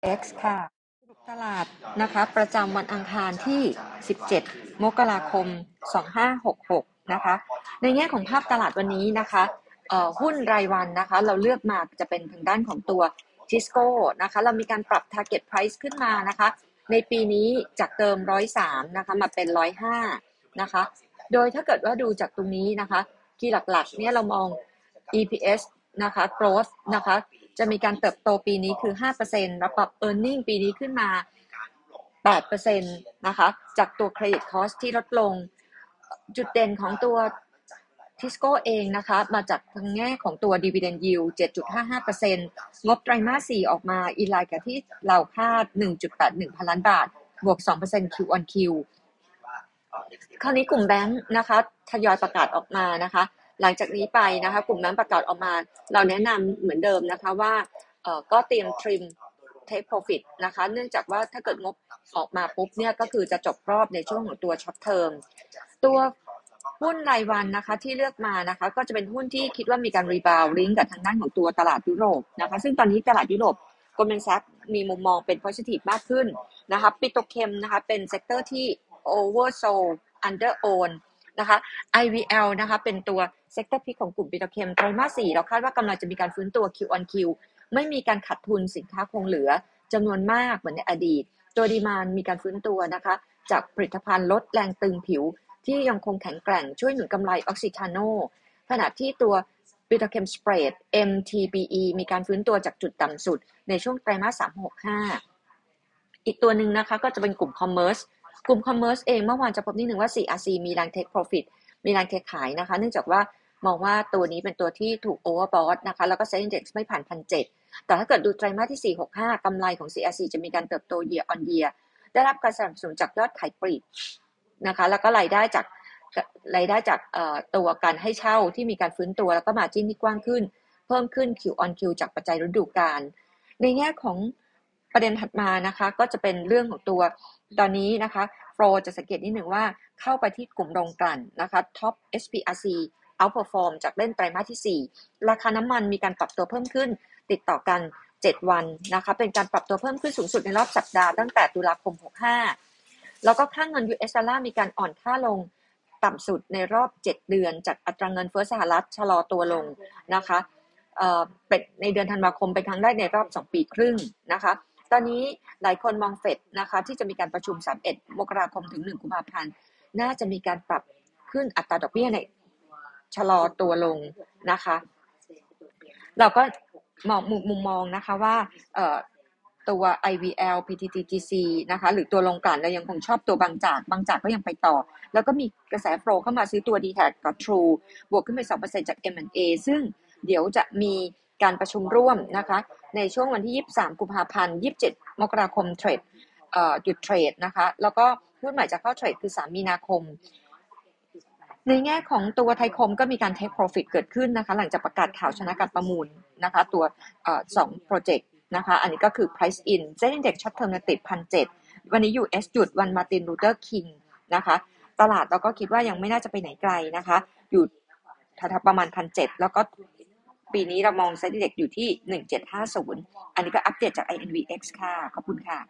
X ค่ะสรุปตลาดนะคะประจำวันอังคารที่17มกราคม2566นะคะในแง่ของภาพตลาดวันนี้นะคะหุ้นรายวันนะคะเราเลือกมาจะเป็นทางด้านของตัว Tisco นะคะเรามีการปรับ Target Price ขึ้นมานะคะในปีนี้จากเดิม103นะคะมาเป็น105นะคะโดยถ้าเกิดว่าดูจากตรงนี้นะคะที่หลักๆเนี่ยเรามอง EPS นะคะ growth นะคะจะมีการเติบโตปีนี้คือ 5% แล้วปรับ earning ปีนี้ขึ้นมา 8% นะคะจากตัว credit cost ที่ลดลงจุดเด่นของตัว Tisco เองนะคะมาจากทางแง่ของตัว dividend yield 7.55% งบไตรมาส4ออกมาอินไลน์กับที่เราคาด 1.81 พันล้านบาทบวก 2% Q on Q คราวนี้กลุ่มแบงค์นะคะทยอยประกาศออกมานะคะหลังจากนี้ไปนะคะกลุ่มแบงค์ประกาศออกมาเราแนะนำเหมือนเดิมนะคะว่าก็เตรียม trim take profit นะคะเนื่องจากว่าถ้าเกิดงบออกมาปุ๊บเนี่ยก็คือจะจบรอบในช่วงของตัว short term ตัวหุ้นรายวันนะคะที่เลือกมานะคะก็จะเป็นหุ้นที่คิดว่ามีการรีบาวลิงก์กับทางด้านของตัวตลาดยุโรปนะคะซึ่งตอนนี้ตลาดยุโรปGoldman Sachs มีมุมมองเป็น positive มากขึ้นนะคะปิโตรเคมนะคะเป็นเซกเตอร์ที่ oversold under own นะคะ IVL นะคะเป็นตัวเซกเตอร์พิกของกลุ่มปิโตรเคมไตรมาส4เราคาดว่ากำลังจะมีการฟื้นตัว Q on Q ไม่มีการขาดทุนสินค้าคงเหลือจำนวนมากเหมือนในอดีตตัวดีมานด์มีการฟื้นตัวนะคะจากผลิตภัณฑ์ลดแรงตึงผิวที่ยังคงแข็งแกร่งช่วยหนุนกำไรออกซิทาโนขณะที่ตัวปิโตรเคมสเปรด MTBE มีการฟื้นตัวจากจุดต่ำสุดในช่วงไตรมาส3-6-5อีกตัวหนึ่งนะคะก็จะเป็นกลุ่มคอมเมอร์สเองเมื่อวานจะพบนิดหนึ่งว่า CRC มีแรงเทคโปรฟิตมีแรงเทคขายนะคะเนื่องจากว่ามองว่าตัวนี้เป็นตัวที่ถูกโอเวอร์บอทนะคะแล้วก็เซ็นดี x ไม่ผ่าน 1,700 แต่ถ้าเกิดดูไตรมาสที่4-6-5กำไรของ CRC จะมีการเติบโต year on year ได้รับการสนับสนุนจากยอดขายปลีกนะคะแล้วก็รายได้จากตัวการให้เช่าที่มีการฟื้นตัวแล้วก็มาร์จิ้นที่กว้างขึ้นเพิ่มขึ้น Q on Q จากปัจจัยฤดูกาลในแง่ของประเด็นถัดมานะคะก็จะเป็นเรื่องของตัวตอนนี้นะคะโฟลจะสังเกตนิดหนึ่งว่าเข้าไปที่กลุ่มโรงกลั่นนะคะท็อป SPRC outperform จากเล่นไตรมาสที่4ราคาน้ำมันมีการปรับตัวเพิ่มขึ้นติดต่อกัน7วันนะคะเป็นการปรับตัวเพิ่มขึ้นสูงสุดในรอบสัปดาห์ตั้งแต่ตุลาคม65แล้วก็ค่าเงิน US ดอลลาร์มีการอ่อนค่าลงต่ำสุดในรอบ7เดือนจากอัตราเงินเฟ้อสหรัฐชะลอตัวลงนะคะเป็นในเดือนธันวาคมเป็นครั้งแรกในรอบ2ปีครึ่งนะคะตอนนี้หลายคนมองเฟดนะคะที่จะมีการประชุม31มกราคมถึง1กุมภาพันธ์น่าจะมีการปรับขึ้นอัตราดอกเบี้ยในชะลอตัวลงนะคะเราก็มุมมองนะคะว่าตัว IVL PTTGC นะคะหรือตัวโรงกลั่นเรายังคงชอบตัวบางจากก็ยังไปต่อแล้วก็มีกระแสโฟลว์เข้ามาซื้อตัว DTAG กับ True บวกขึ้นไป 2% จาก M&A ซึ่งเดี๋ยวจะมีการประชุมร่วมนะคะในช่วงวันที่23กุมภาพันธ์27มกราคมเทรดหยุดเทรดนะคะแล้วก็หุ้นใหม่จะเข้าเทรดคือ3มีนาคมในแง่ของตัวไทยคมก็มีการ take profit เกิดขึ้นนะคะหลังจากประกาศข่าวชนะการประมูลนะคะตัว2โปรเจกต์นะคะอันนี้ก็คือ price in เซ็นดี x short term ติด 1,700 วันนี้ US หยุดวันมาร์ตินลูเทอร์คิงนะคะตลาดเราก็คิดว่ายังไม่น่าจะไปไหนไกลนะคะอยู่แถวๆประมาณ 1,700 แล้วก็ปีนี้เรามองเซ็นดี x อยู่ที่1750อันนี้ก็อัปเดตจาก INVX ค่ะขอบคุณค่ะ